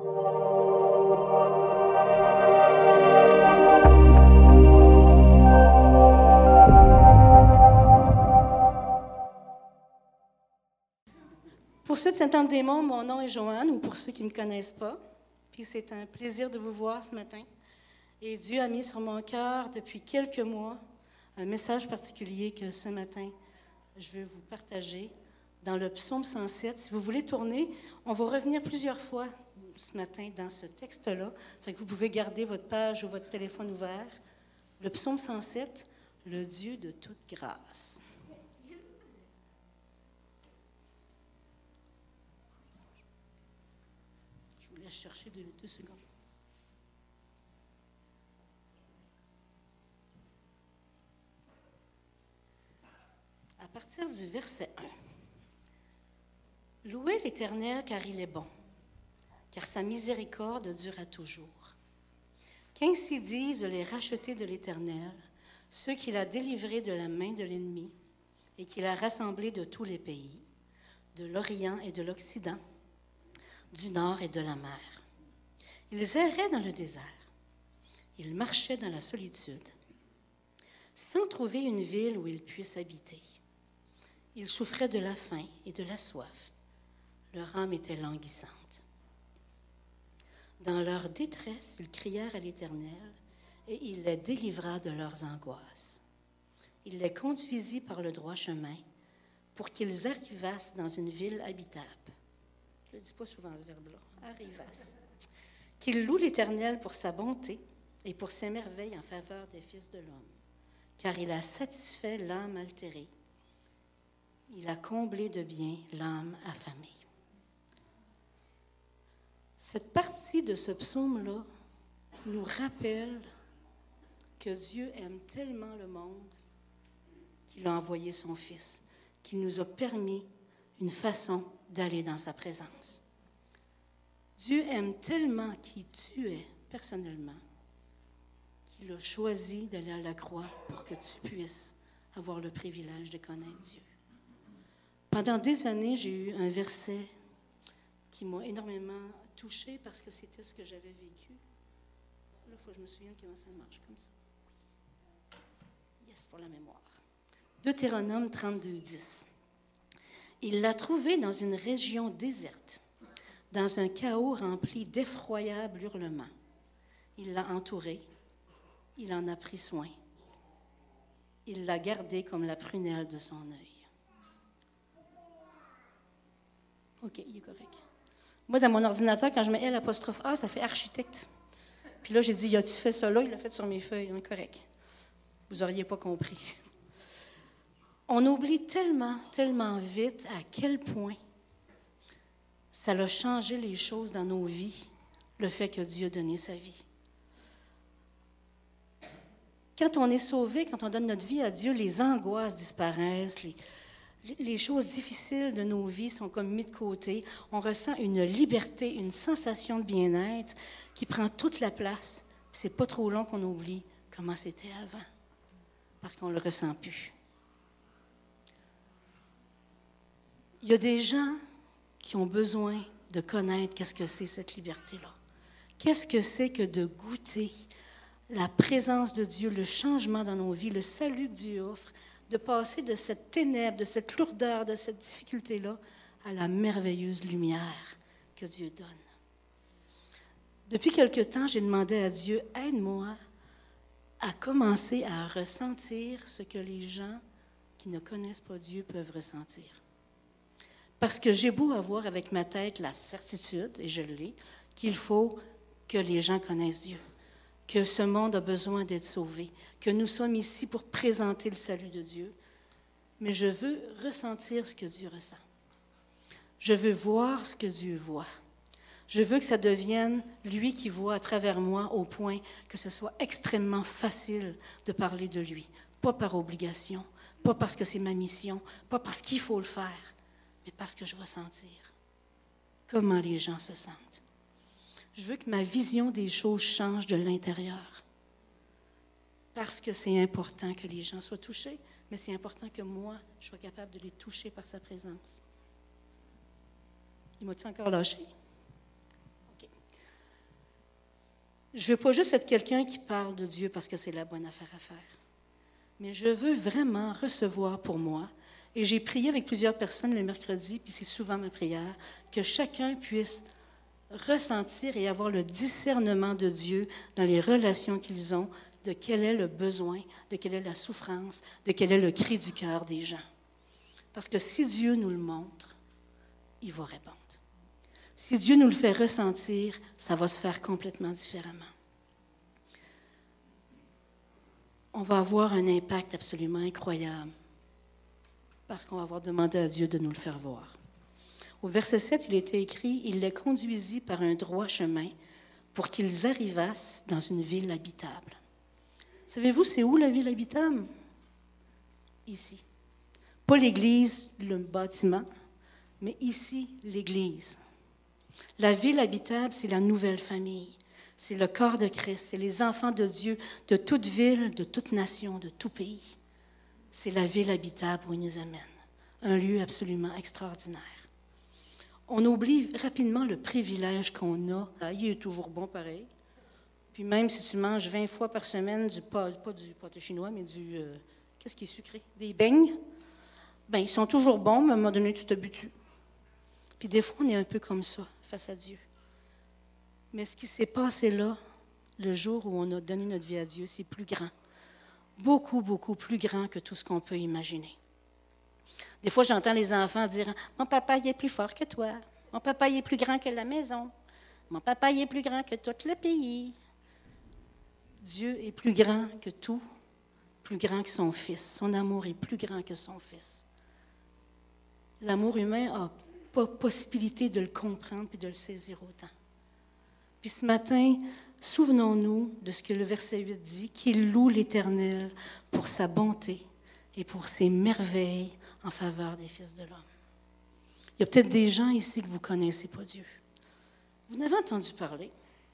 Pour ceux de Saint-Anne-des-Monts, mon nom est Joanne, ou pour ceux qui ne me connaissent pas. Puis c'est un plaisir de vous voir ce matin. Et Dieu a mis sur mon cœur depuis quelques mois un message particulier que ce matin, je veux vous partager dans le psaume 107. Si vous voulez tourner, on va revenir plusieurs fois ce matin dans ce texte-là. Fait que vous pouvez garder votre page ou votre téléphone ouvert. Le psaume 107, le Dieu de toute grâce. Je vous laisse chercher deux secondes. À partir du verset 1. Louez l'Éternel car il est bon, car sa miséricorde dure à toujours. Qu'ainsi disent les rachetés de l'Éternel, ceux qu'il a délivrés de la main de l'ennemi et qu'il a rassemblés de tous les pays, de l'Orient et de l'Occident, du nord et de la mer. Ils erraient dans le désert, ils marchaient dans la solitude, sans trouver une ville où ils puissent habiter. Ils souffraient de la faim et de la soif. Leur âme était languissante. Dans leur détresse, ils crièrent à l'Éternel, et il les délivra de leurs angoisses. Il les conduisit par le droit chemin, pour qu'ils arrivassent dans une ville habitable. Je ne le dis pas souvent ce verbe-là, arrivassent. Qu'ils louent l'Éternel pour sa bonté et pour ses merveilles en faveur des fils de l'homme, car il a satisfait l'âme altérée. Il a comblé de bien l'âme affamée. Cette partie de ce psaume-là nous rappelle que Dieu aime tellement le monde qu'il a envoyé son Fils, qu'il nous a permis une façon d'aller dans sa présence. Dieu aime tellement qui tu es personnellement qu'il a choisi d'aller à la croix pour que tu puisses avoir le privilège de connaître Dieu. Pendant des années, j'ai eu un verset qui m'a énormément touchée parce que c'était ce que j'avais vécu. Là, il faut que je me souvienne comment ça marche, comme ça. Yes, pour la mémoire. Deutéronome 32, 10. Il l'a trouvé dans une région déserte, dans un chaos rempli d'effroyables hurlements. Il l'a entouré, il en a pris soin. Il l'a gardé comme la prunelle de son œil. OK, il est correct. Moi, dans mon ordinateur, quand je mets L''A, ça fait architecte. Puis là, j'ai dit, as-tu fait ça là? Il l'a fait sur mes feuilles. C'est correct. Vous n'auriez pas compris. On oublie tellement, tellement vite à quel point ça a changé les choses dans nos vies, le fait que Dieu a donné sa vie. Quand on est sauvé, quand on donne notre vie à Dieu, les angoisses disparaissent, les choses difficiles de nos vies sont comme mises de côté. On ressent une liberté, une sensation de bien-être qui prend toute la place. Puis c'est pas trop long qu'on oublie comment c'était avant, parce qu'on ne le ressent plus. Il y a des gens qui ont besoin de connaître qu'est-ce que c'est cette liberté-là. Qu'est-ce que c'est que de goûter la présence de Dieu, le changement dans nos vies, le salut que Dieu offre, de passer de cette ténèbre, de cette lourdeur, de cette difficulté-là, à la merveilleuse lumière que Dieu donne. Depuis quelque temps, j'ai demandé à Dieu, aide-moi à commencer à ressentir ce que les gens qui ne connaissent pas Dieu peuvent ressentir. Parce que j'ai beau avoir avec ma tête la certitude, et je l'ai, qu'il faut que les gens connaissent Dieu, que ce monde a besoin d'être sauvé, que nous sommes ici pour présenter le salut de Dieu. Mais je veux ressentir ce que Dieu ressent. Je veux voir ce que Dieu voit. Je veux que ça devienne lui qui voit à travers moi au point que ce soit extrêmement facile de parler de lui. Pas par obligation, pas parce que c'est ma mission, pas parce qu'il faut le faire, mais parce que je vais sentir comment les gens se sentent. Je veux que ma vision des choses change de l'intérieur. Parce que c'est important que les gens soient touchés, mais c'est important que moi, je sois capable de les toucher par sa présence. Il m'a-tu encore lâché? OK. Je ne veux pas juste être quelqu'un qui parle de Dieu parce que c'est la bonne affaire à faire. Mais je veux vraiment recevoir pour moi. Et j'ai prié avec plusieurs personnes le mercredi, puis c'est souvent ma prière, que chacun puisse ressentir et avoir le discernement de Dieu dans les relations qu'ils ont, de quel est le besoin, de quelle est la souffrance, de quel est le cri du cœur des gens. Parce que si Dieu nous le montre, il va répondre. Si Dieu nous le fait ressentir, ça va se faire complètement différemment. On va avoir un impact absolument incroyable parce qu'on va avoir demandé à Dieu de nous le faire voir. Au verset 7, il était écrit « Il les conduisit par un droit chemin pour qu'ils arrivassent dans une ville habitable. » Savez-vous, c'est où la ville habitable? Ici. Pas l'Église, le bâtiment, mais ici, l'Église. La ville habitable, c'est la nouvelle famille. C'est le corps de Christ. C'est les enfants de Dieu de toute ville, de toute nation, de tout pays. C'est la ville habitable où il nous amène. Un lieu absolument extraordinaire. On oublie rapidement le privilège qu'on a. Il est toujours bon pareil. Puis même si tu manges 20 fois par semaine, pas du pâté chinois, mais qu'est-ce qui est sucré? Des beignes. Bien, ils sont toujours bons, mais à un moment donné, tu t'habitues. Puis des fois, on est un peu comme ça, face à Dieu. Mais ce qui s'est passé là, le jour où on a donné notre vie à Dieu, c'est plus grand. Beaucoup, beaucoup plus grand que tout ce qu'on peut imaginer. Des fois, j'entends les enfants dire « Mon papa, il est plus fort que toi. Mon papa, il est plus grand que la maison. Mon papa, il est plus grand que tout le pays. » Dieu est plus grand que tout, plus grand que son Fils. Son amour est plus grand que son Fils. L'amour humain n'a pas possibilité de le comprendre et de le saisir autant. Puis ce matin, souvenons-nous de ce que le verset 8 dit, qu'il loue l'Éternel pour sa bonté et pour ses merveilles en faveur des fils de l'homme. Il y a peut-être des gens ici que vous ne connaissez pas Dieu. Vous en avez entendu parler.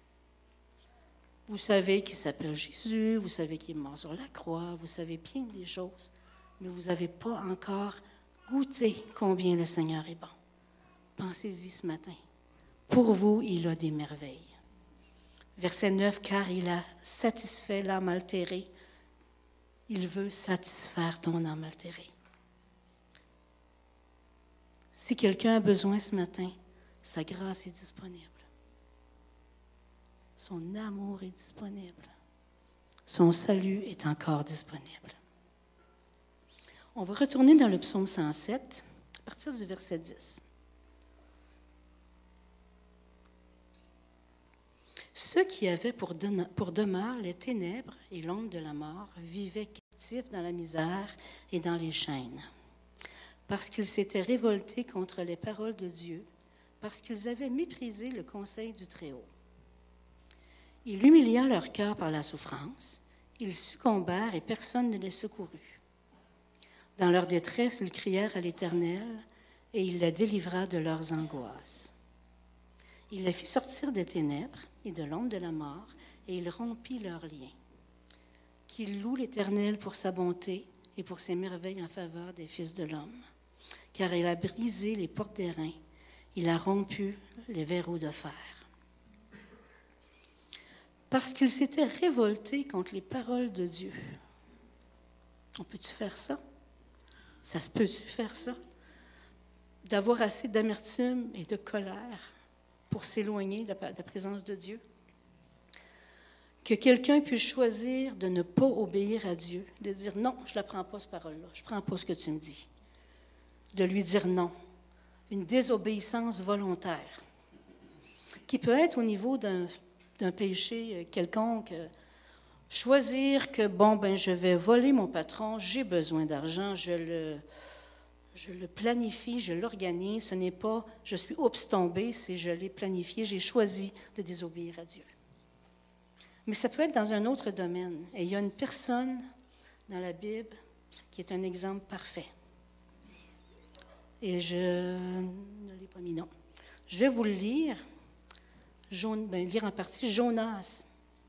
Vous savez qu'il s'appelle Jésus, vous savez qu'il est mort sur la croix, vous savez bien des choses, mais vous n'avez pas encore goûté combien le Seigneur est bon. Pensez-y ce matin. Pour vous, il a des merveilles. Verset 9, car il a satisfait l'âme altérée. Il veut satisfaire ton âme altérée. Si quelqu'un a besoin ce matin, sa grâce est disponible. Son amour est disponible. Son salut est encore disponible. On va retourner dans le psaume 107, à partir du verset 10. Ceux qui avaient pour demeure les ténèbres et l'ombre de la mort vivaient captifs dans la misère et dans les chaînes, parce qu'ils s'étaient révoltés contre les paroles de Dieu, parce qu'ils avaient méprisé le conseil du Très-Haut. Il humilia leur cœur par la souffrance, ils succombèrent et personne ne les secourut. Dans leur détresse, ils crièrent à l'Éternel, et il les délivra de leurs angoisses. Il les fit sortir des ténèbres et de l'ombre de la mort, et il rompit leurs liens. Qu'il loue l'Éternel pour sa bonté et pour ses merveilles en faveur des fils de l'homme. Car il a brisé les portes d'airain, il a rompu les verrous de fer. Parce qu'il s'était révolté contre les paroles de Dieu. On peut-tu faire ça? Ça se peut-tu faire ça? D'avoir assez d'amertume et de colère pour s'éloigner de la présence de Dieu. Que quelqu'un puisse choisir de ne pas obéir à Dieu, de dire non, je ne la prends pas cette parole-là, je ne prends pas ce que tu me dis. De lui dire non. Une désobéissance volontaire, qui peut être au niveau d'un péché quelconque. Choisir que, je vais voler mon patron, j'ai besoin d'argent, je le planifie, je l'organise. Ce n'est pas, je suis tombé, c'est je l'ai planifié, j'ai choisi de désobéir à Dieu. Mais ça peut être dans un autre domaine. Et il y a une personne dans la Bible qui est un exemple parfait. Et je ne l'ai pas mis, non. Je vais vous le lire. Lire en partie Jonas.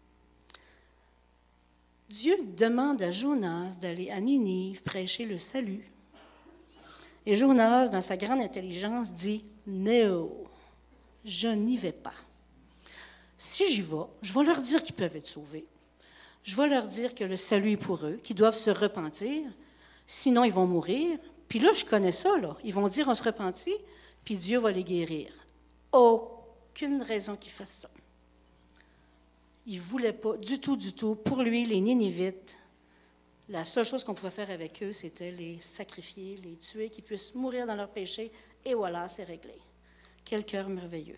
Dieu demande à Jonas d'aller à Ninive prêcher le salut. Et Jonas, dans sa grande intelligence, dit « No, je n'y vais pas. Si si j'y vais, je vais leur dire qu'ils peuvent être sauvés. Je vais leur dire que le salut est pour eux, qu'ils doivent se repentir, sinon ils vont mourir. Puis là, je connais ça, là. Ils vont dire on se repentit, puis Dieu va les guérir. Aucune raison qu'ils fassent ça. Il ne voulait pas du tout, du tout. Pour lui, les Ninivites, la seule chose qu'on pouvait faire avec eux, c'était les sacrifier, les tuer, qu'ils puissent mourir dans leurs péchés, et voilà, c'est réglé. Quel cœur merveilleux.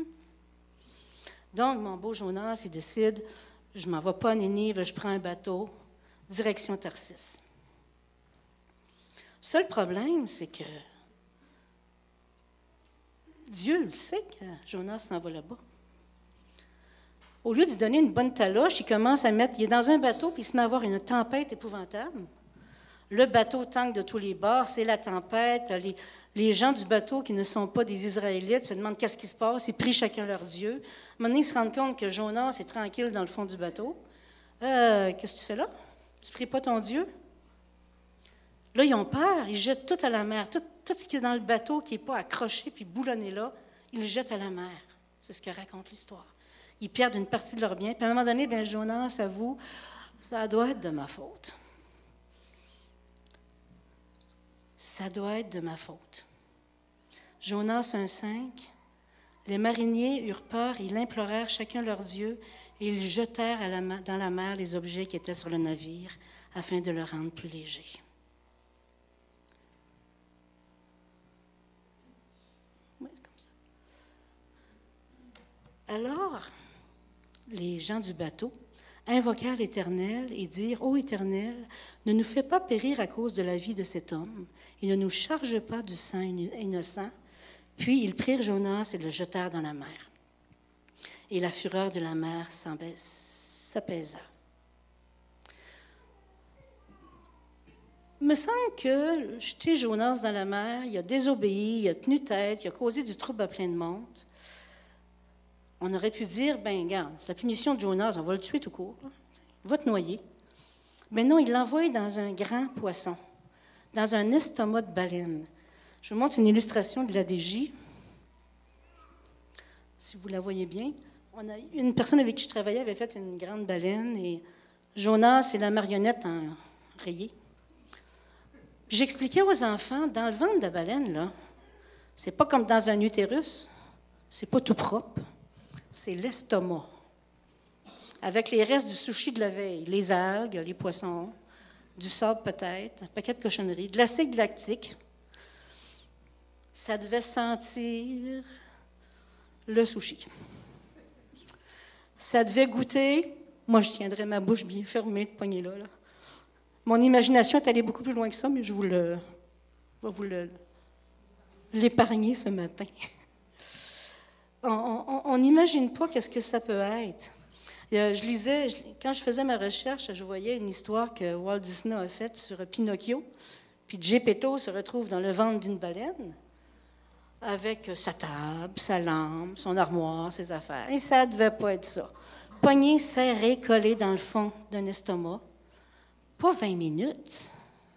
Donc, mon beau Jonas, il décide, je ne m'en vais pas à Ninive, je prends un bateau, direction Tarsis. Seul problème, c'est que Dieu le sait que Jonas s'en va là-bas. Au lieu de lui donner une bonne taloche, il commence à mettre, il est dans un bateau, puis il se met à avoir une tempête épouvantable. Le bateau tangue de tous les bords, c'est la tempête. Les gens du bateau qui ne sont pas des Israélites se demandent qu'est-ce qui se passe. Ils prient chacun leur Dieu. À un moment donné, ils se rendent compte que Jonas est tranquille dans le fond du bateau. Qu'est-ce que tu fais là? Tu ne pries pas ton Dieu? Là, ils ont peur. Ils jettent tout à la mer. Tout ce qui est dans le bateau qui n'est pas accroché puis boulonné là, ils le jettent à la mer. C'est ce que raconte l'histoire. Ils perdent une partie de leur bien. Puis à un moment donné, bien, Jonas avoue, ça doit être de ma faute. Ça doit être de ma faute. Jonas 1,5. Les mariniers eurent peur, ils implorèrent chacun leur Dieu, et ils jetèrent dans la mer les objets qui étaient sur le navire, afin de le rendre plus léger. Oui, c'est comme ça. Alors, les gens du bateau invoquèrent l'Éternel et dirent, « Ô Éternel, ne nous fais pas périr à cause de la vie de cet homme, et ne nous charge pas du sang innocent. » Puis ils prirent Jonas et le jetèrent dans la mer. Et la fureur de la mer s'apaisa. Il me semble que jeter Jonas dans la mer, il a désobéi, il a tenu tête, il a causé du trouble à plein de monde. On aurait pu dire, ben regarde, c'est la punition de Jonas, on va le tuer tout court. Là. Il va te noyer. Mais non, il l'envoie dans un grand poisson, dans un estomac de baleine. Je vous montre une illustration de l'ADJ. Si vous la voyez bien, une personne avec qui je travaillais avait fait une grande baleine et Jonas et la marionnette en rayé. J'expliquais aux enfants, dans le ventre de la baleine, là, c'est pas comme dans un utérus, c'est pas tout propre. C'est l'estomac, avec les restes du sushi de la veille, les algues, les poissons, du sable peut-être, un paquet de cochonneries, de l'acide lactique. Ça devait sentir le sushi. Ça devait goûter, moi je tiendrais ma bouche bien fermée, de poignée là. Mon imagination est allée beaucoup plus loin que ça, mais je vais vous l'épargner ce matin. On n'imagine pas qu'est-ce que ça peut être. Je lisais, quand je faisais ma recherche, je voyais une histoire que Walt Disney a faite sur Pinocchio. Puis Geppetto se retrouve dans le ventre d'une baleine avec sa table, sa lampe, son armoire, ses affaires. Et ça ne devait pas être ça. Poignée serrée, collée dans le fond d'un estomac. Pas 20 minutes.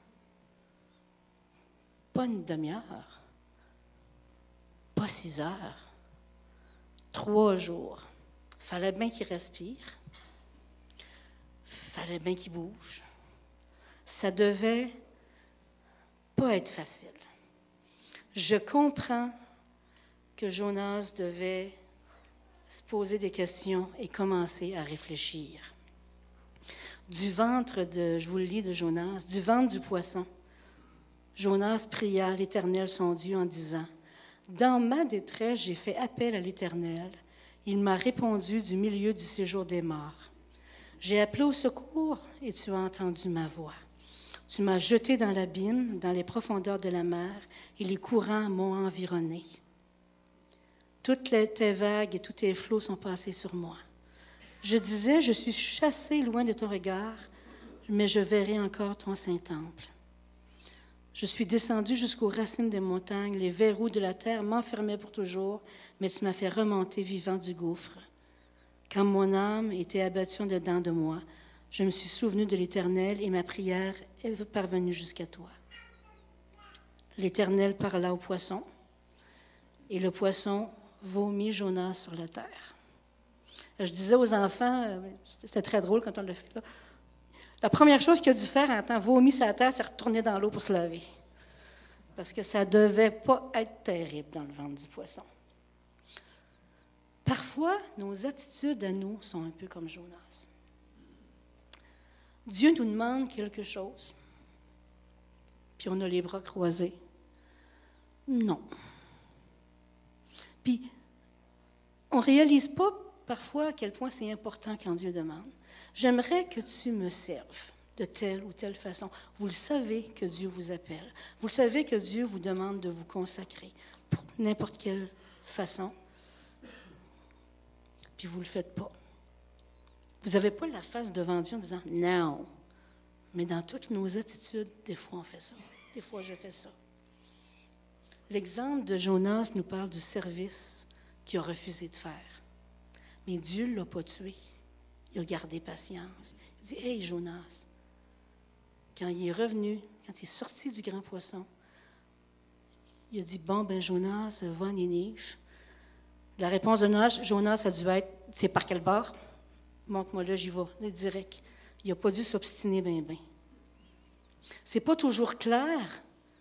Pas une demi-heure. Pas 6 heures. 3 jours. Fallait bien qu'il respire. Fallait bien qu'il bouge. Ça devait pas être facile. Je comprends que Jonas devait se poser des questions et commencer à réfléchir. Du ventre de, je vous le lis de Jonas, du ventre du poisson, Jonas pria l'Éternel son Dieu en disant, « Dans ma détresse, j'ai fait appel à l'Éternel. Il m'a répondu du milieu du séjour des morts. J'ai appelé au secours et tu as entendu ma voix. Tu m'as jeté dans l'abîme, dans les profondeurs de la mer, et les courants m'ont environné. Toutes tes vagues et tous tes flots sont passés sur moi. Je disais, je suis chassé loin de ton regard, mais je verrai encore ton Saint-Temple. Je suis descendu jusqu'aux racines des montagnes, les verrous de la terre m'enfermaient pour toujours, mais tu m'as fait remonter vivant du gouffre. Quand mon âme était abattue dedans de moi, je me suis souvenu de l'Éternel et ma prière est parvenue jusqu'à toi. L'Éternel parla au poisson, et le poisson vomit Jonas sur la terre. Je disais aux enfants, c'était très drôle quand on l'a fait, là, la première chose qu'il a dû faire en temps vomi sur la terre, c'est retourner dans l'eau pour se laver. Parce que ça ne devait pas être terrible dans le ventre du poisson. Parfois, nos attitudes à nous sont un peu comme Jonas. Dieu nous demande quelque chose, puis on a les bras croisés. Non. Puis, on ne réalise pas parfois à quel point c'est important quand Dieu demande. J'aimerais que tu me serves de telle ou telle façon. Vous le savez que Dieu vous appelle. Vous le savez que Dieu vous demande de vous consacrer pour n'importe quelle façon. Puis vous ne le faites pas. Vous n'avez pas la face devant Dieu en disant « non ». Mais dans toutes nos attitudes, des fois on fait ça. Des fois je fais ça. L'exemple de Jonas nous parle du service qu'il a refusé de faire. Mais Dieu ne l'a pas tué. Il a gardé patience. Il dit « Hey Jonas », quand il est revenu, quand il est sorti du grand poisson, il a dit « Bon, ben Jonas, va à Ninive. » La réponse de Jonas a dû être « C'est par quel bord? Montre-moi là, j'y vais. » C'est direct. Il n'a pas dû s'obstiner bien. Ce n'est pas toujours clair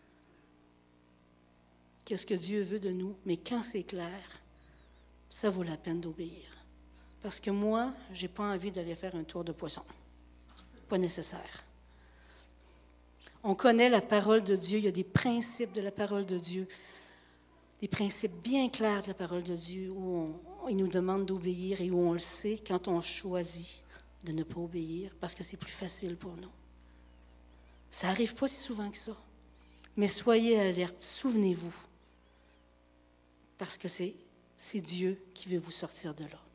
qu'est-ce que Dieu veut de nous, mais quand c'est clair, ça vaut la peine d'obéir. Parce que moi, je n'ai pas envie d'aller faire un tour de poisson. Pas nécessaire. On connaît la parole de Dieu, il y a des principes de la parole de Dieu, des principes bien clairs de la parole de Dieu où il nous demande d'obéir et où on le sait quand on choisit de ne pas obéir parce que c'est plus facile pour nous. Ça n'arrive pas si souvent que ça. Mais soyez alerte, souvenez-vous, parce que c'est Dieu qui veut vous sortir de là.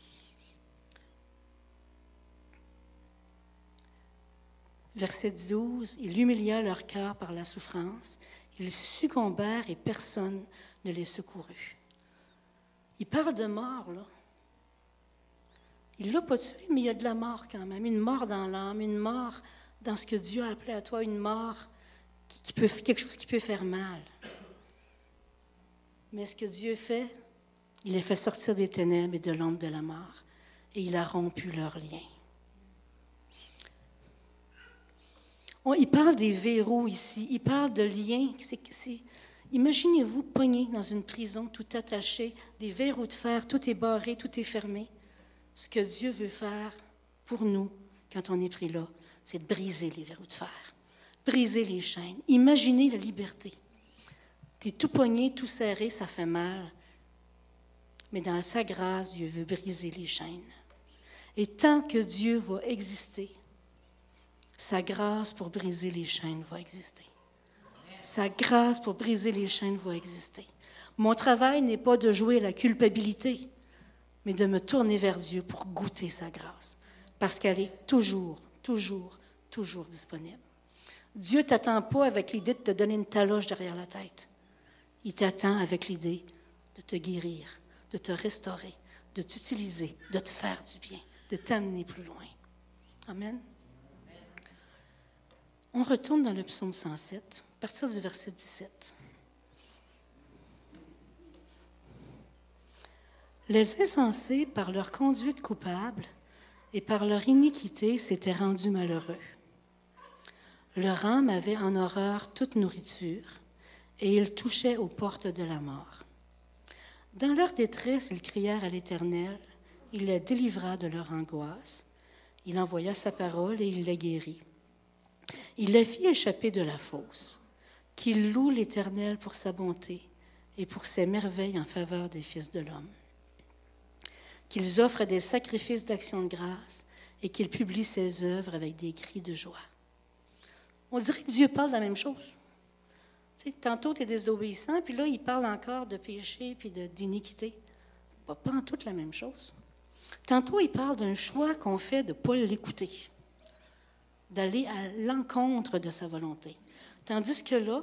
Verset 12, « Il humilia leur cœur par la souffrance. Ils succombèrent et personne ne les secourut. » Il parle de mort, là. Il ne l'a pas tué, mais il y a de la mort quand même. Une mort dans l'âme, une mort dans ce que Dieu a appelé à toi, une mort quelque chose qui peut faire mal. Mais ce que Dieu fait, il les fait sortir des ténèbres et de l'ombre de la mort. Et il a rompu leurs liens. Il parle des verrous ici, il parle de liens. Imaginez-vous pogné dans une prison, tout attaché, des verrous de fer, tout est barré, tout est fermé. Ce que Dieu veut faire pour nous, quand on est pris là, c'est de briser les verrous de fer, briser les chaînes. Imaginez la liberté. Tu es tout pogné, tout serré, ça fait mal. Mais dans sa grâce, Dieu veut briser les chaînes. Et tant que Dieu va exister, sa grâce pour briser les chaînes va exister. Sa grâce pour briser les chaînes va exister. Mon travail n'est pas de jouer la culpabilité, mais de me tourner vers Dieu pour goûter sa grâce, parce qu'elle est toujours disponible. Dieu ne t'attend pas avec l'idée de te donner une taloche derrière la tête. Il t'attend avec l'idée de te guérir, de te restaurer, de t'utiliser, de te faire du bien, de t'amener plus loin. Amen. On retourne dans le psaume 107, à partir du verset 17. Les insensés, par leur conduite coupable et par leur iniquité, s'étaient rendus malheureux. Leur âme avait en horreur toute nourriture, et ils touchaient aux portes de la mort. Dans leur détresse, ils crièrent à l'Éternel, il les délivra de leur angoisse, il envoya sa parole et il les guérit. Il les fit échapper de la fosse, qu'ils louent l'Éternel pour sa bonté et pour ses merveilles en faveur des fils de l'homme. Qu'ils offrent des sacrifices d'action de grâce et qu'ils publient ses œuvres avec des cris de joie. On dirait que Dieu parle de la même chose. Tu sais, tantôt, tu es désobéissant, puis là, il parle encore de péché puis d'iniquité. Pas en toute la même chose. Tantôt, il parle d'un choix qu'on fait de ne pas l'écouter, d'aller à l'encontre de sa volonté. Tandis que là,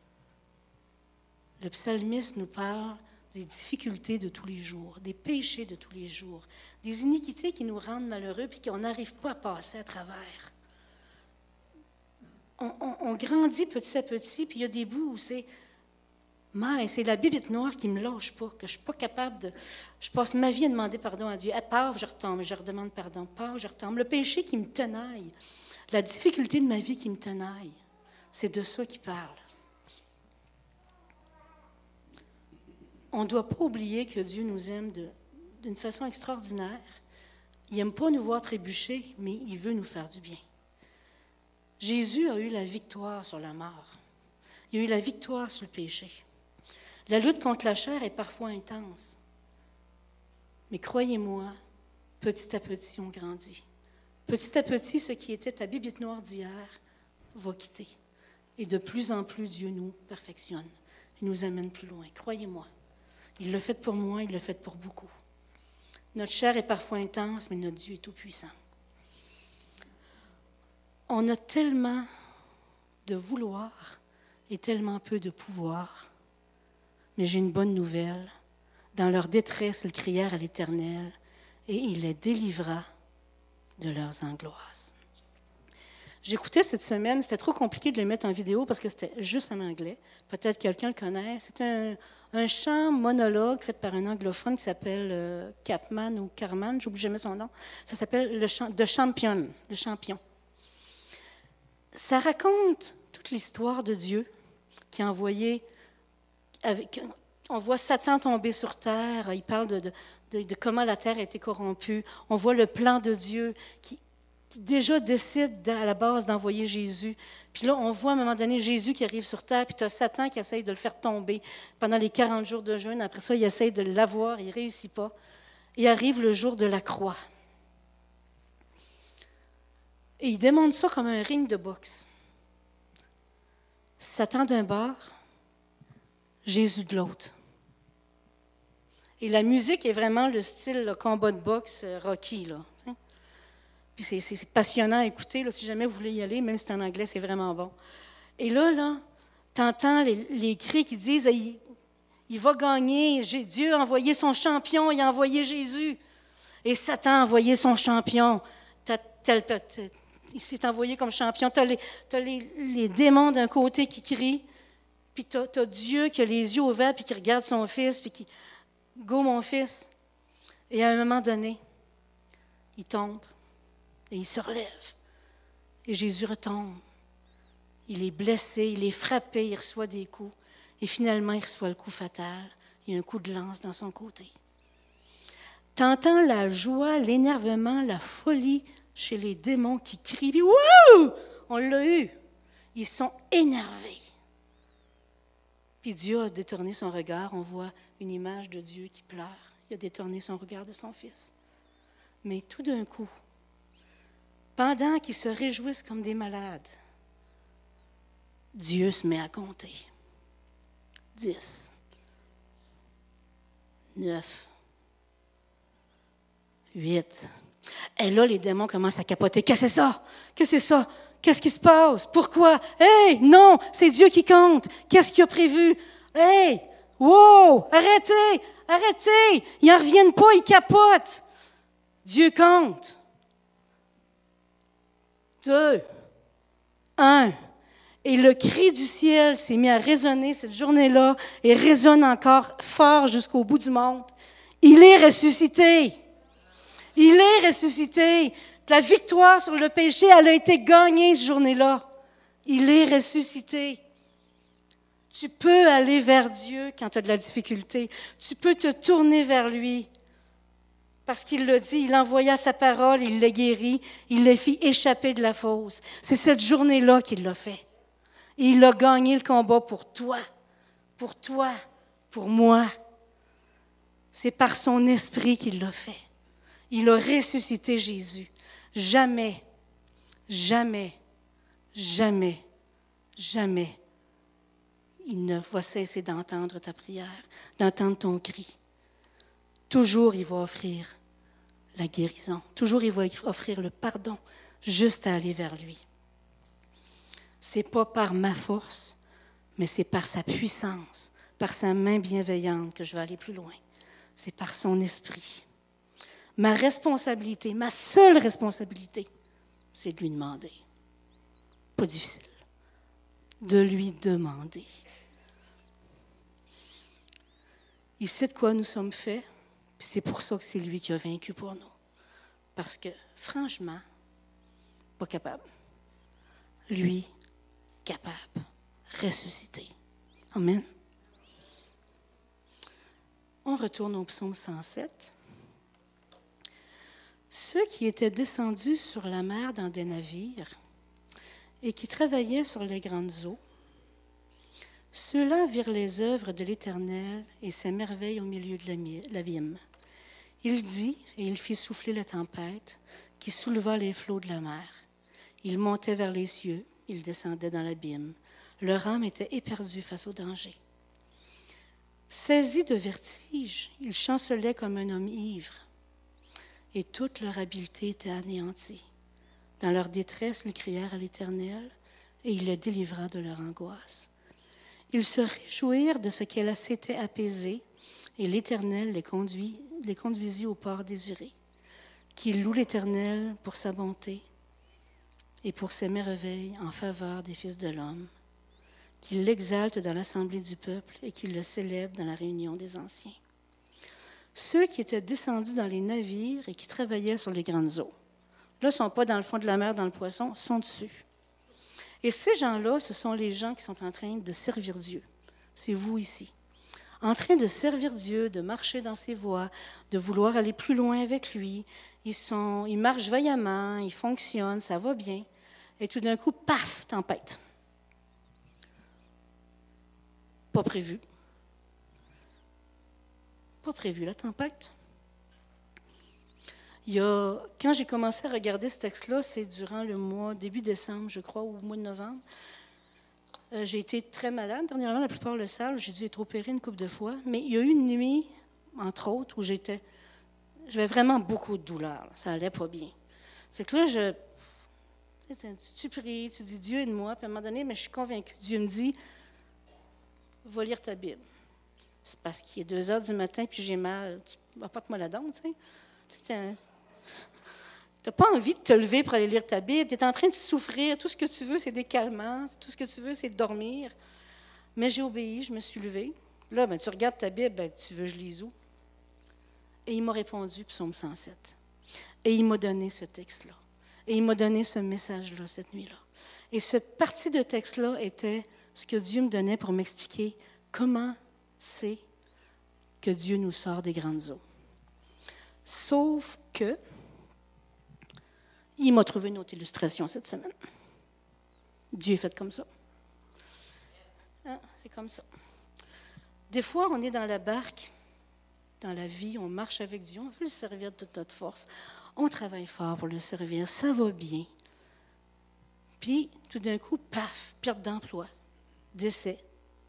le psalmiste nous parle des difficultés de tous les jours, des péchés de tous les jours, des iniquités qui nous rendent malheureux puis qu'on n'arrive pas à passer à travers. On grandit petit à petit, puis il y a des bouts où c'est Mais c'est la bibite noire qui me lâche pas, que je suis pas capable de... Je passe ma vie à demander pardon à Dieu. À part, je retombe, je redemande pardon. Part, je retombe. Le péché qui me tenaille, la difficulté de ma vie qui me tenaille, c'est de ça qu'il parle. On ne doit pas oublier que Dieu nous aime d'une façon extraordinaire. Il n'aime pas nous voir trébucher, mais il veut nous faire du bien. Jésus a eu la victoire sur la mort. Il a eu la victoire sur le péché. La lutte contre la chair est parfois intense. Mais croyez-moi, petit à petit, on grandit. Petit à petit, ce qui était ta bibite noire d'hier va quitter. Et de plus en plus, Dieu nous perfectionne. Il nous amène plus loin. Croyez-moi. Il l'a fait pour moi, il l'a fait pour beaucoup. Notre chair est parfois intense, mais notre Dieu est tout-puissant. On a tellement de vouloir et tellement peu de pouvoir. Mais j'ai une bonne nouvelle. Dans leur détresse, ils crièrent à l'Éternel, et il les délivra de leurs angoisses. J'écoutais cette semaine, c'était trop compliqué de le mettre en vidéo parce que c'était juste en anglais. Peut-être quelqu'un le connaît. C'est un chant monologue fait par un anglophone qui s'appelle Capman ou Carman, j'oublie jamais son nom. Ça s'appelle The Champion, le champion. Ça raconte toute l'histoire de Dieu qui a envoyé... On voit Satan tomber sur terre, il parle de comment la terre a été corrompue. On voit le plan de Dieu qui déjà décide à la base d'envoyer Jésus. Puis là, on voit à un moment donné Jésus qui arrive sur terre, puis tu as Satan qui essaye de le faire tomber pendant les 40 jours de jeûne. Après ça, il essaye de l'avoir, il ne réussit pas. Et arrive le jour de la croix. Et il démontre ça comme un ring de boxe. Satan d'un bord, Jésus de l'autre. Et la musique est vraiment le style le combat de boxe Rocky, là. T'sais. Puis c'est passionnant à écouter, là, si jamais vous voulez y aller, même si c'est en anglais, c'est vraiment bon. Et là tu entends les cris qui disent il va gagner, Dieu a envoyé son champion, il a envoyé Jésus. Et Satan a envoyé son champion. Il s'est envoyé comme champion. Tu as les démons d'un côté qui crient, puis tu as Dieu qui a les yeux ouverts, puis qui regarde son fils, puis qui... Go, mon fils. Et à un moment donné, il tombe et il se relève. Et Jésus retombe. Il est blessé, il est frappé, il reçoit des coups. Et finalement, il reçoit le coup fatal. Il y a un coup de lance dans son côté. Tu entends la joie, l'énervement, la folie chez les démons qui crient. Wouh! On l'a eu. Ils sont énervés. Puis Dieu a détourné son regard. On voit une image de Dieu qui pleure. Il a détourné son regard de son fils. Mais tout d'un coup, pendant qu'ils se réjouissent comme des malades, Dieu se met à compter. 10, 9, 8. Et là, les démons commencent à capoter. Qu'est-ce que c'est ça? Qu'est-ce que c'est ça? Qu'est-ce qui se passe? Pourquoi? Hey, non, c'est Dieu qui compte. Qu'est-ce qu'il a prévu? Hey, wow, arrêtez, arrêtez. Ils n'en reviennent pas, ils capotent. Dieu compte. 2, 1. Et le cri du ciel s'est mis à résonner cette journée-là et résonne encore fort jusqu'au bout du monde. Il est ressuscité. Il est ressuscité. La victoire sur le péché, elle a été gagnée cette journée-là. Il est ressuscité. Tu peux aller vers Dieu quand tu as de la difficulté. Tu peux te tourner vers lui. Parce qu'il l'a dit, il envoya sa parole, il l'a guéri, il l'a fait échapper de la fosse. C'est cette journée-là qu'il l'a fait. Et il a gagné le combat pour toi, pour moi. C'est par son esprit qu'il l'a fait. Il a ressuscité Jésus. Jamais, jamais, jamais, jamais, il ne va cesser d'entendre ta prière, d'entendre ton cri. Toujours, il va offrir la guérison. Toujours, il va offrir le pardon, juste à aller vers lui. Ce n'est pas par ma force, mais c'est par sa puissance, par sa main bienveillante que je vais aller plus loin. C'est par son esprit. Ma responsabilité, ma seule responsabilité, c'est de lui demander. Pas difficile. De lui demander. Il sait de quoi nous sommes faits, puis c'est pour ça que c'est lui qui a vaincu pour nous. Parce que, franchement, pas capable. Lui, capable. Ressuscité. Amen. On retourne au psaume 107. Ceux qui étaient descendus sur la mer dans des navires et qui travaillaient sur les grandes eaux, ceux-là virent les œuvres de l'Éternel et ses merveilles au milieu de l'abîme. Il dit, et il fit souffler la tempête, qui souleva les flots de la mer. Il montait vers les cieux, il descendait dans l'abîme. Leur âme était éperdue face au danger. Saisis de vertige, ils chancelaient comme un homme ivre, et toute leur habileté était anéantie. Dans leur détresse, ils crièrent à l'Éternel, et il les délivra de leur angoisse. Ils se réjouirent de ce qu'elle s'était apaisée, et l'Éternel les conduisit au port désiré. Qu'ils louent l'Éternel pour sa bonté et pour ses merveilles en faveur des fils de l'homme. Qu'ils l'exaltent dans l'assemblée du peuple et qu'ils le célèbrent dans la réunion des anciens. Ceux qui étaient descendus dans les navires et qui travaillaient sur les grandes eaux. Là, ils ne sont pas dans le fond de la mer, dans le poisson, ils sont dessus. Et ces gens-là, ce sont les gens qui sont en train de servir Dieu. C'est vous ici. En train de servir Dieu, de marcher dans ses voies, de vouloir aller plus loin avec lui. Ils marchent vaillamment, ils fonctionnent, ça va bien. Et tout d'un coup, paf, tempête. Pas prévu. Pas prévu, la tempête. Quand j'ai commencé à regarder ce texte-là, c'est durant le mois, début décembre, je crois, ou au mois de novembre. J'ai été très malade. Dernièrement, la plupart le savent, j'ai dû être opérée une couple de fois. Mais il y a eu une nuit, entre autres, où j'avais vraiment beaucoup de douleur. Ça allait pas bien. C'est que là, tu pries, tu dis Dieu aide-moi, puis à un moment donné, mais je suis convaincue. Dieu me dit, va lire ta Bible. C'est parce qu'il est 2 heures du matin, puis j'ai mal. Apporte-moi la dent, tu sais. Tu n'as pas envie de te lever pour aller lire ta Bible. Tu es en train de souffrir. Tout ce que tu veux, c'est des calmants. Tout ce que tu veux, c'est dormir. Mais j'ai obéi, je me suis levée. Là, tu regardes ta Bible, tu veux que je lise où? Et il m'a répondu, psaume 107. Et il m'a donné ce texte-là. Et il m'a donné ce message-là cette nuit-là. Et cette partie de texte-là était ce que Dieu me donnait pour m'expliquer comment c'est que Dieu nous sort des grandes eaux. Sauf que, il m'a trouvé une autre illustration cette semaine. Dieu est fait comme ça. Hein, c'est comme ça. Des fois, on est dans la barque, dans la vie, on marche avec Dieu, on veut le servir de toute notre force. On travaille fort pour le servir, ça va bien. Puis, tout d'un coup, paf, perte d'emploi, décès,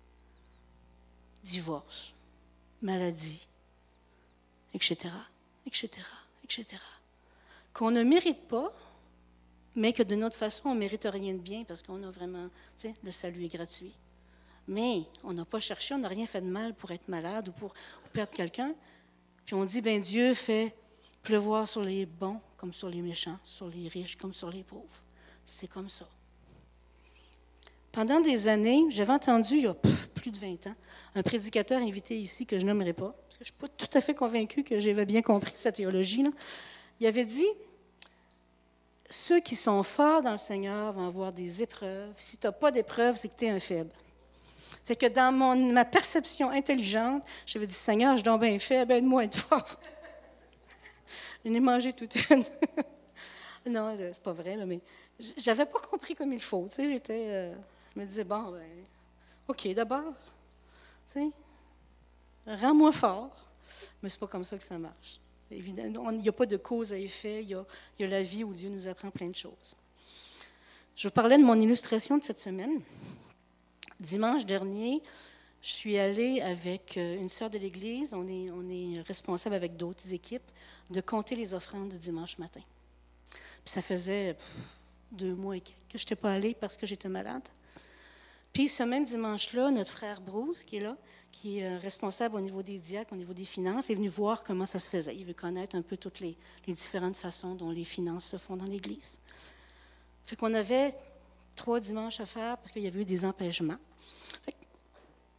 divorce, maladie, etc., etc., etc. Qu'on ne mérite pas, mais que de notre façon, on ne mérite rien de bien parce qu'on a vraiment, le salut est gratuit. Mais on n'a pas cherché, on n'a rien fait de mal pour être malade ou pour perdre quelqu'un. Puis on dit, bien Dieu fait pleuvoir sur les bons comme sur les méchants, sur les riches comme sur les pauvres. C'est comme ça. Pendant des années, j'avais entendu, il y a plus de 20 ans, un prédicateur invité ici que je nommerai pas, parce que je ne suis pas tout à fait convaincue que j'avais bien compris sa théologie. Là. Il avait dit, ceux qui sont forts dans le Seigneur vont avoir des épreuves. Si tu n'as pas d'épreuves, c'est que tu es un faible. C'est que dans ma perception intelligente, j'avais dit, Seigneur, je suis donc bien faible, aide-moi à être fort. Je n'ai mangé toute une. Non, c'est pas vrai, là, mais j'avais pas compris comme il faut. Tu sais, je me disais, bon, ben, OK, d'abord, tu sais, rends-moi fort. Mais c'est pas comme ça que ça marche. Évidemment, il n'y a pas de cause à effet, il y a la vie où Dieu nous apprend plein de choses. Je vous parlais de mon illustration de cette semaine. Dimanche dernier, je suis allée avec une sœur de l'Église, on est responsable avec d'autres équipes, de compter les offrandes du dimanche matin. Puis ça faisait 2 mois et quelques que je n'étais pas allée parce que j'étais malade. Puis ce même dimanche-là, notre frère Bruce, qui est là, qui est responsable au niveau des diacres, au niveau des finances, est venu voir comment ça se faisait. Il veut connaître un peu toutes les différentes façons dont les finances se font dans l'Église. Fait qu'on avait 3 dimanches à faire parce qu'il y avait eu des empêchements.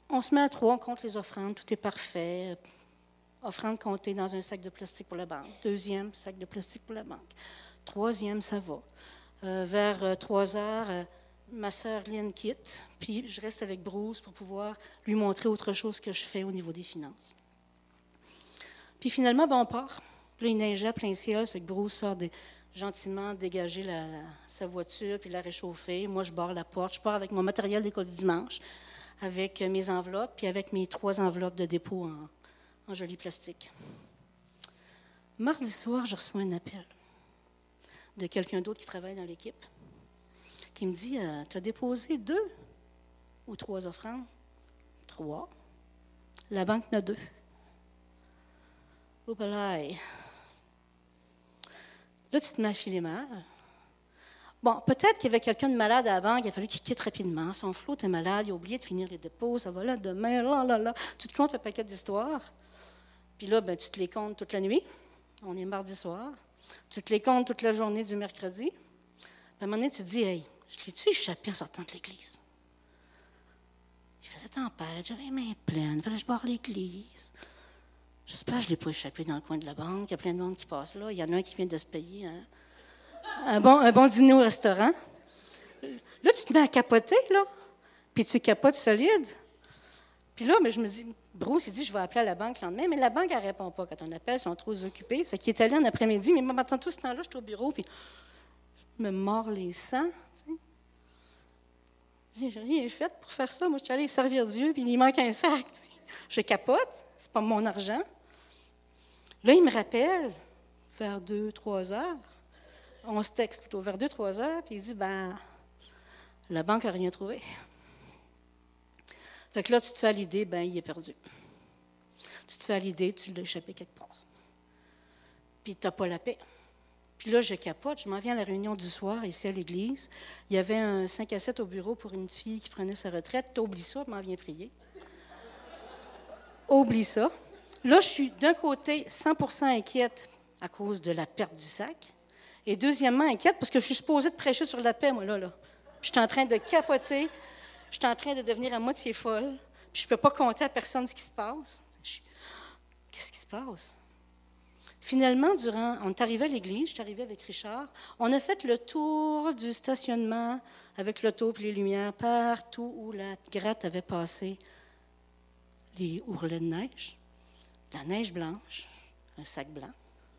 on se met à 3, on compte les offrandes, tout est parfait. Offrande comptée dans un sac de plastique pour la banque. Deuxième, sac de plastique pour la banque. Troisième, ça va. Vers 3 heures, ma sœur Lynn quitte, puis je reste avec Bruce pour pouvoir lui montrer autre chose que je fais au niveau des finances. Puis finalement, on part. Puis là, il neigeait à plein ciel, c'est que Bruce sort gentiment dégager sa voiture puis la réchauffer. Moi, je barre la porte. Je pars avec mon matériel d'école du dimanche, avec mes enveloppes, puis avec mes 3 enveloppes de dépôt en joli plastique. Mardi soir, je reçois un appel de quelqu'un d'autre qui travaille dans l'équipe, qui me dit « Tu as déposé 2 ou 3 offrandes? » 3. La banque en a 2. Oh, là, tu te mets à filer mal. Bon, peut-être qu'il y avait quelqu'un de malade à la banque, il a fallu qu'il quitte rapidement. Son flot était malade, il a oublié de finir les dépôts, ça va là demain, là. Tu te comptes un paquet d'histoires. Puis là, tu te les comptes toute la nuit. On est mardi soir. Tu te les comptes toute la journée du mercredi. Puis à un moment donné, tu te dis, hey, je l'ai-tu échappé en sortant de l'église? Il faisait tempête, j'avais les mains pleines, il fallait que je barre l'église. J'espère que je ne l'ai pas échappé dans le coin de la banque. Il y a plein de monde qui passe là. Il y en a un qui vient de se payer un bon dîner au restaurant. Là, tu te mets à capoter, là. Puis tu capotes solide. Puis là, je me dis, Bruce, il dit, je vais appeler à la banque le lendemain. Mais la banque, elle ne répond pas quand on appelle. Ils sont trop occupés. Ça fait qu'il est allé en après-midi. Mais moi, maintenant, tout ce temps-là, je suis au bureau. Puis je me mords les sangs. Tu sais. J'ai rien fait pour faire ça. Moi, je suis allée servir Dieu. Puis il manque un sac. Tu sais. Je capote. C'est pas mon argent. Là, il me rappelle, vers 2-3 heures, on se texte plutôt vers 2-3 heures, puis il dit, la banque n'a rien trouvé. Fait que là, tu te fais à l'idée, il est perdu. Tu te fais à l'idée, tu l'as échappé quelque part. Puis tu n'as pas la paix. Puis là, je capote, je m'en viens à la réunion du soir, ici à l'église. Il y avait un 5 à 7 au bureau pour une fille qui prenait sa retraite. T'oublies ça, je m'en viens prier. Oublie ça. Là, je suis d'un côté 100% inquiète à cause de la perte du sac. Et deuxièmement, inquiète parce que je suis supposée de prêcher sur la paix, moi, là. Puis je suis en train de capoter. Je suis en train de devenir à moitié folle. Puis je ne peux pas compter à personne ce qui se passe. Qu'est-ce qui se passe? Finalement, on est arrivé à l'église, je suis arrivée avec Richard. On a fait le tour du stationnement avec l'auto et les lumières partout où la gratte avait passé les ourlets de neige. La neige blanche, un sac blanc.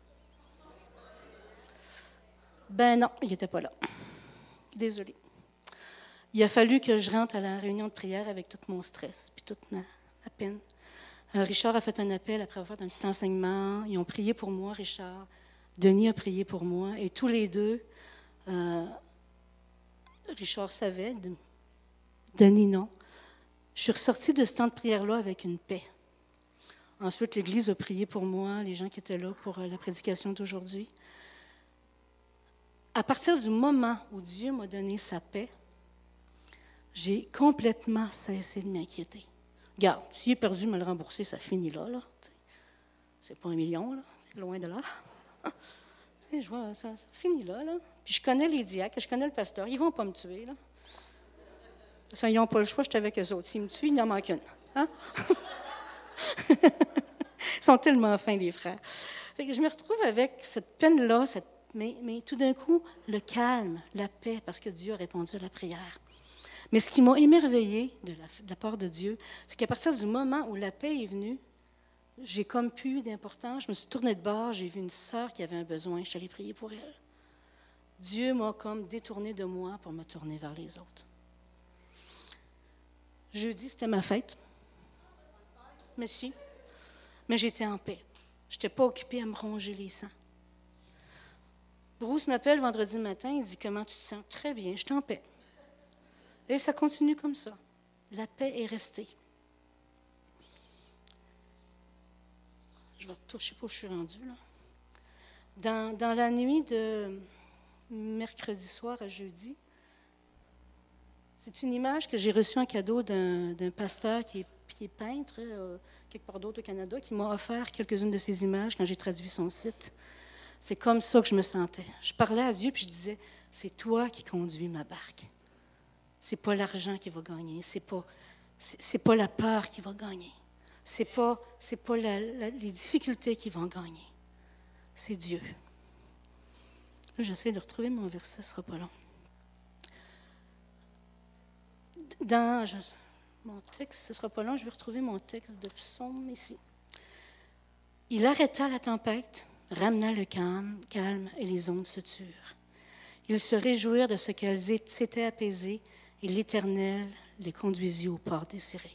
Non, il n'était pas là. Désolée. Il a fallu que je rentre à la réunion de prière avec tout mon stress, puis toute ma peine. Richard a fait un appel après avoir fait un petit enseignement. Ils ont prié pour moi, Richard. Denis a prié pour moi. Et tous les deux, Richard savait, Denis non. Je suis ressortie de ce temps de prière-là avec une paix. Ensuite, l'Église a prié pour moi, les gens qui étaient là pour la prédication d'aujourd'hui. À partir du moment où Dieu m'a donné sa paix, j'ai complètement cessé de m'inquiéter. Regarde, s'il est perdu, me le rembourser, ça finit là. C'est pas 1 million, là, c'est loin de là. Je vois, ça finit là. Puis je connais les diacres, je connais le pasteur, ils ne vont pas me tuer. Là. Ça, ils n'ont pas le choix, je suis avec eux autres. S'ils me tuent, il n'en manque une. Hein? Ils sont tellement fins, les frères. Fait que je me retrouve avec cette peine-là, mais tout d'un coup, le calme, la paix, parce que Dieu a répondu à la prière. Mais ce qui m'a émerveillée de la part de Dieu, c'est qu'à partir du moment où la paix est venue, j'ai comme plus eu d'importance. Je me suis tournée de bord, j'ai vu une sœur qui avait un besoin, je suis allée prier pour elle. Dieu m'a comme détournée de moi pour me tourner vers les autres. Jeudi, c'était ma fête. Mais si. Mais j'étais en paix. Je n'étais pas occupée à me ronger les sangs. Bruce m'appelle vendredi matin, il dit « Comment tu te sens? » Très bien, je suis en paix. Et ça continue comme ça. La paix est restée. Je ne sais pas où je suis rendue, là. Dans la nuit de mercredi soir à jeudi, c'est une image que j'ai reçue en cadeau d'un pasteur qui est peintre, quelque part d'autre au Canada, qui m'a offert quelques-unes de ces images quand j'ai traduit son site. C'est comme ça que je me sentais. Je parlais à Dieu puis je disais, c'est toi qui conduis ma barque. C'est pas l'argent qui va gagner, c'est c'est pas la peur qui va gagner. C'est pas les difficultés qui vont gagner. C'est Dieu. Là, j'essaie de retrouver mon verset, ce ne sera pas long. Mon texte, ce ne sera pas long, je vais retrouver mon texte de psaume ici. Il arrêta la tempête, ramena le calme et les ondes se turent. Ils se réjouirent de ce qu'elles s'étaient apaisées et l'Éternel les conduisit au port désiré.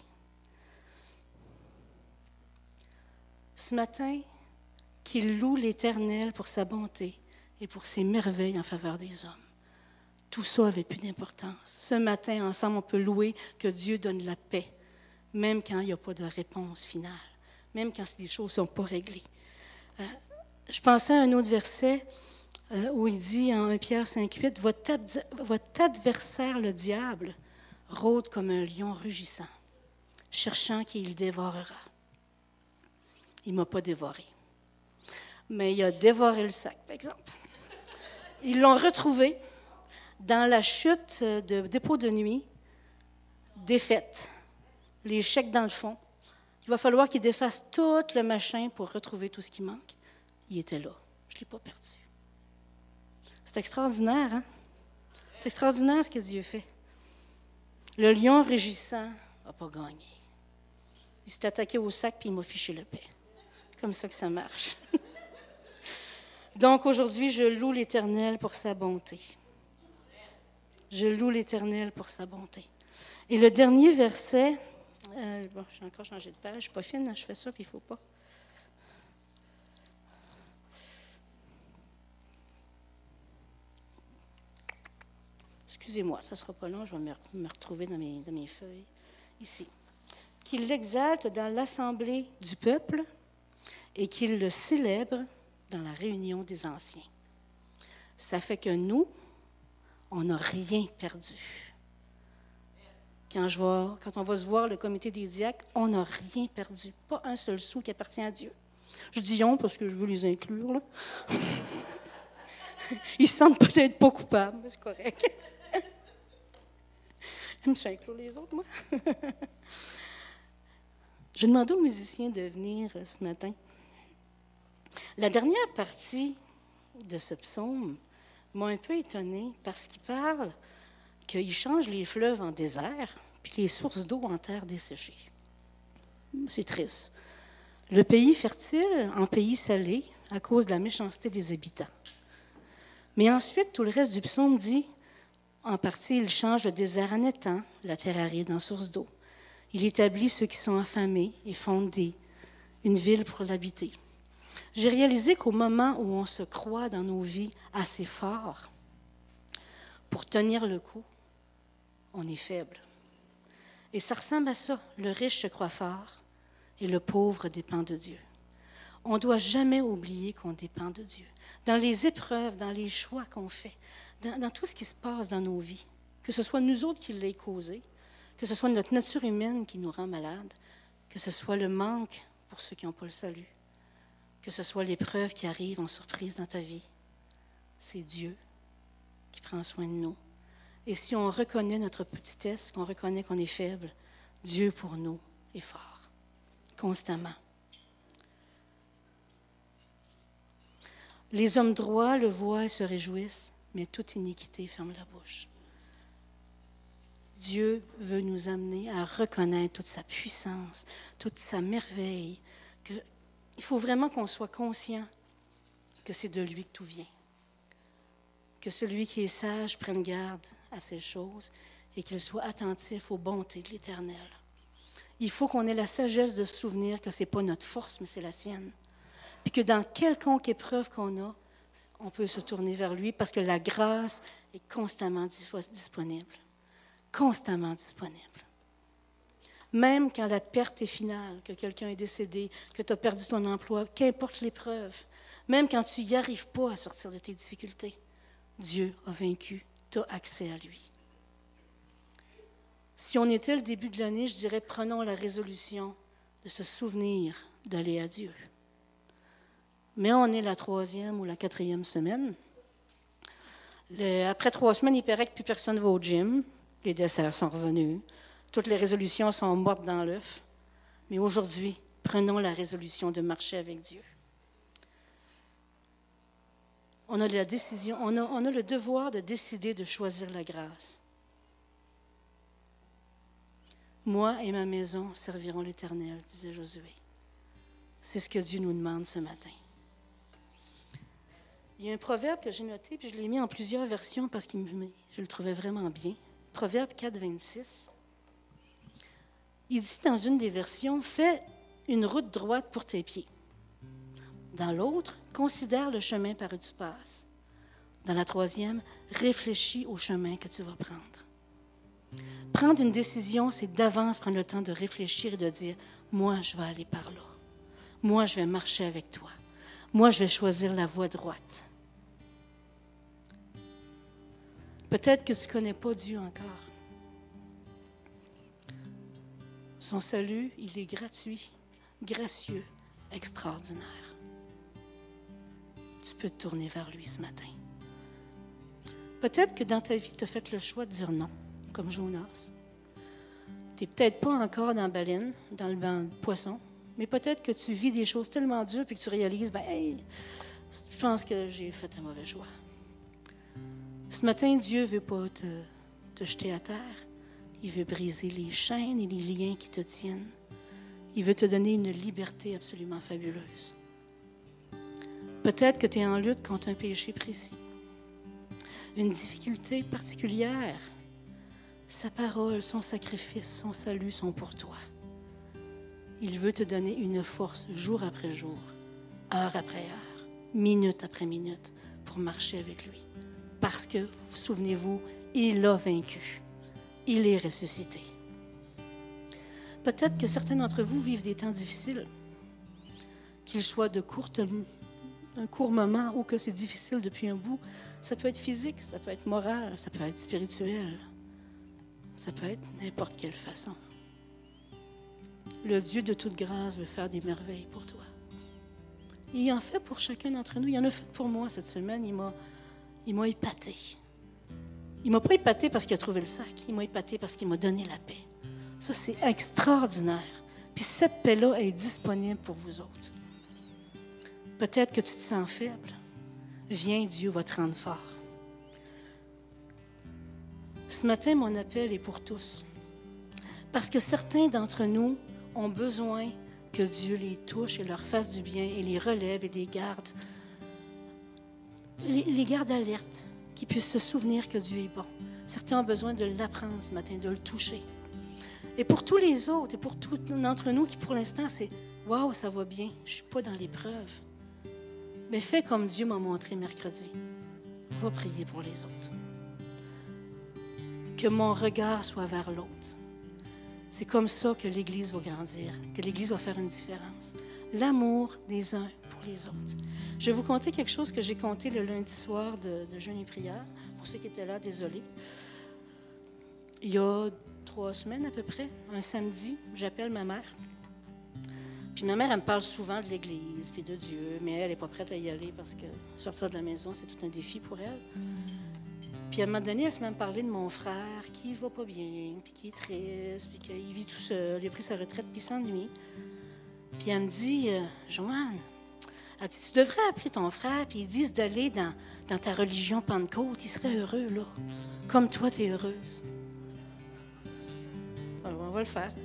Ce matin, qu'ils louent l'Éternel pour sa bonté et pour ses merveilles en faveur des hommes. Tout ça n'avait plus d'importance. Ce matin, ensemble, on peut louer que Dieu donne la paix, même quand il n'y a pas de réponse finale, même quand les choses ne sont pas réglées. Je pensais à un autre verset où il dit en 1 Pierre 5,8 « Votre adversaire, le diable, rôde comme un lion rugissant, cherchant qui il dévorera. » Il ne m'a pas dévoré, mais il a dévoré le sac, par exemple. Ils l'ont retrouvé dans la chute de dépôt de nuit, défaite, les chèques dans le fond. Il va falloir qu'il défasse tout le machin pour retrouver tout ce qui manque. Il était là. Je ne l'ai pas perdu. C'est extraordinaire, hein? C'est extraordinaire ce que Dieu fait. Le lion rugissant n'a pas gagné. Il s'est attaqué au sac puis il m'a fiché la paix. C'est comme ça que ça marche. Donc aujourd'hui, je loue l'Éternel pour sa bonté. Je loue l'Éternel pour sa bonté. Et le dernier verset, j'ai encore changé de page, je ne suis pas fine, je fais ça puis il ne faut pas. Excusez-moi, ça ne sera pas long, je vais me retrouver dans mes feuilles. Ici. Qu'il l'exalte dans l'assemblée du peuple et qu'il le célèbre dans la réunion des anciens. Ça fait que nous, on n'a rien perdu. Quand on va se voir le comité des diacres, on n'a rien perdu. Pas un seul sou qui appartient à Dieu. Je dis on parce que je veux les inclure. Là. Ils se sentent peut-être pas coupables, mais c'est correct. Je me suis inclure les autres, moi. Je demandais aux musiciens de venir ce matin. La dernière partie de ce psaume m'a un peu étonnée parce qu'il parle qu'il change les fleuves en désert puis les sources d'eau en terre desséchée. C'est triste. Le pays fertile en pays salé à cause de la méchanceté des habitants. Mais ensuite, tout le reste du psaume dit, en partie, il change le désert en étang, la terre aride en source d'eau. Il établit ceux qui sont affamés et fonde une ville pour l'habiter. J'ai réalisé qu'au moment où on se croit dans nos vies assez fort pour tenir le coup, on est faible. Et ça ressemble à ça. Le riche se croit fort et le pauvre dépend de Dieu. On ne doit jamais oublier qu'on dépend de Dieu. Dans les épreuves, dans les choix qu'on fait, dans tout ce qui se passe dans nos vies, que ce soit nous autres qui l'ayons causé, que ce soit notre nature humaine qui nous rend malades, que ce soit le manque pour ceux qui n'ont pas le salut, que ce soit l'épreuve qui arrive en surprise dans ta vie, c'est Dieu qui prend soin de nous. Et si on reconnaît notre petitesse, qu'on reconnaît qu'on est faible, Dieu pour nous est fort, constamment. Les hommes droits le voient et se réjouissent, mais toute iniquité ferme la bouche. Dieu veut nous amener à reconnaître toute sa puissance, toute sa merveille. Il faut vraiment qu'on soit conscient que c'est de lui que tout vient. Que celui qui est sage prenne garde à ces choses et qu'il soit attentif aux bontés de l'Éternel. Il faut qu'on ait la sagesse de se souvenir que ce n'est pas notre force, mais c'est la sienne. Puis que dans quelconque épreuve qu'on a, on peut se tourner vers lui parce que la grâce est constamment disponible. Constamment disponible. Même quand la perte est finale, que quelqu'un est décédé, que tu as perdu ton emploi, qu'importe l'épreuve, même quand tu n'y arrives pas à sortir de tes difficultés, Dieu a vaincu, tu as accès à lui. Si on était le début de l'année, je dirais prenons la résolution de se souvenir d'aller à Dieu. Mais on est la 3e ou la 4e semaine. Après 3 semaines, il paraît que plus personne ne va au gym. Les desserts sont revenus. Toutes les résolutions sont mortes dans l'œuf. Mais aujourd'hui, prenons la résolution de marcher avec Dieu. On a le devoir de décider de choisir la grâce. Moi et ma maison serviront l'Éternel, disait Josué. C'est ce que Dieu nous demande ce matin. Il y a un proverbe que j'ai noté, puis je l'ai mis en plusieurs versions parce que je le trouvais vraiment bien. Proverbe 4, 26. Il dit dans une des versions, « Fais une route droite pour tes pieds. » Dans l'autre, « Considère le chemin par où tu passes. » Dans la troisième, « Réfléchis au chemin que tu vas prendre. » Prendre une décision, c'est d'avance prendre le temps de réfléchir et de dire, « Moi, je vais aller par là. Moi, je vais marcher avec toi. Moi, je vais choisir la voie droite. » Peut-être que tu ne connais pas Dieu encore. Son salut, il est gratuit, gracieux, extraordinaire. Tu peux te tourner vers lui ce matin. Peut-être que dans ta vie, tu as fait le choix de dire non, comme Jonas. Tu n'es peut-être pas encore dans la baleine, dans le banc de poisson, mais peut-être que tu vis des choses tellement dures et que tu réalises, je pense que j'ai fait un mauvais choix. Ce matin, Dieu ne veut pas te jeter à terre. Il veut briser les chaînes et les liens qui te tiennent. Il veut te donner une liberté absolument fabuleuse. Peut-être que tu es en lutte contre un péché précis, une difficulté particulière. Sa parole, son sacrifice, son salut sont pour toi. Il veut te donner une force jour après jour, heure après heure, minute après minute, pour marcher avec lui. Parce que, souvenez-vous, il a vaincu. Il est ressuscité. Peut-être que certains d'entre vous vivent des temps difficiles, qu'ils soient un court moment ou que c'est difficile depuis un bout. Ça peut être physique, ça peut être moral, ça peut être spirituel. Ça peut être n'importe quelle façon. Le Dieu de toute grâce veut faire des merveilles pour toi. Il en fait pour chacun d'entre nous. Il en a fait pour moi cette semaine. Il m'a épaté. Il ne m'a pas épaté parce qu'il a trouvé le sac. Il m'a épaté parce qu'il m'a donné la paix. Ça, c'est extraordinaire. Puis cette paix-là est disponible pour vous autres. Peut-être que tu te sens faible. Viens, Dieu va te rendre fort. Ce matin, mon appel est pour tous. Parce que certains d'entre nous ont besoin que Dieu les touche et leur fasse du bien et les relève et les garde. Les garde alertes, qu'ils puissent se souvenir que Dieu est bon. Certains ont besoin de l'apprendre ce matin, de le toucher. Et pour tous les autres, et pour tous d'entre nous qui, pour l'instant, c'est « Wow, ça va bien, je ne suis pas dans l'épreuve. » Mais fais comme Dieu m'a montré mercredi. Va prier pour les autres. Que mon regard soit vers l'autre. C'est comme ça que l'Église va grandir, que l'Église va faire une différence. L'amour des uns pour les autres. Je vais vous conter quelque chose que j'ai conté le lundi soir de jeûne et prière. Pour ceux qui étaient là, désolé. Il y a 3 semaines à peu près, un samedi, j'appelle ma mère. Puis ma mère, elle me parle souvent de l'Église puis de Dieu, mais elle n'est pas prête à y aller parce que sortir de la maison, c'est tout un défi pour elle. Puis à un moment donné, elle s'est même parlé de mon frère qui ne va pas bien, puis qui est triste, puis qu'il vit tout seul. Il a pris sa retraite, puis il s'ennuie. Puis elle me dit, Joanne, elle dit, tu devrais appeler ton frère, puis ils disent d'aller dans ta religion Pentecôte. Il serait heureux, là. Comme toi, tu es heureuse. Alors, on va le faire.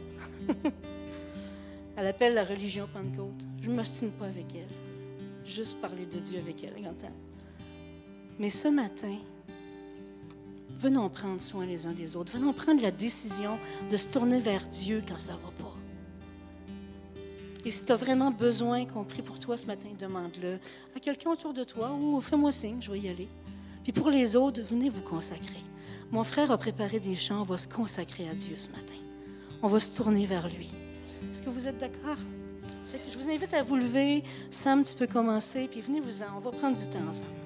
Elle appelle la religion Pentecôte. Je ne m'ostine pas avec elle. Juste parler de Dieu avec elle. Mais ce matin, venons prendre soin les uns des autres. Venons prendre la décision de se tourner vers Dieu quand ça ne va pas. Et si tu as vraiment besoin qu'on prie pour toi ce matin, demande-le à quelqu'un autour de toi ou fais-moi signe, je vais y aller. Puis pour les autres, venez vous consacrer. Mon frère a préparé des chants, on va se consacrer à Dieu ce matin. On va se tourner vers lui. Est-ce que vous êtes d'accord? Je vous invite à vous lever. Sam, tu peux commencer, puis venez-vous-en. On va prendre du temps ensemble.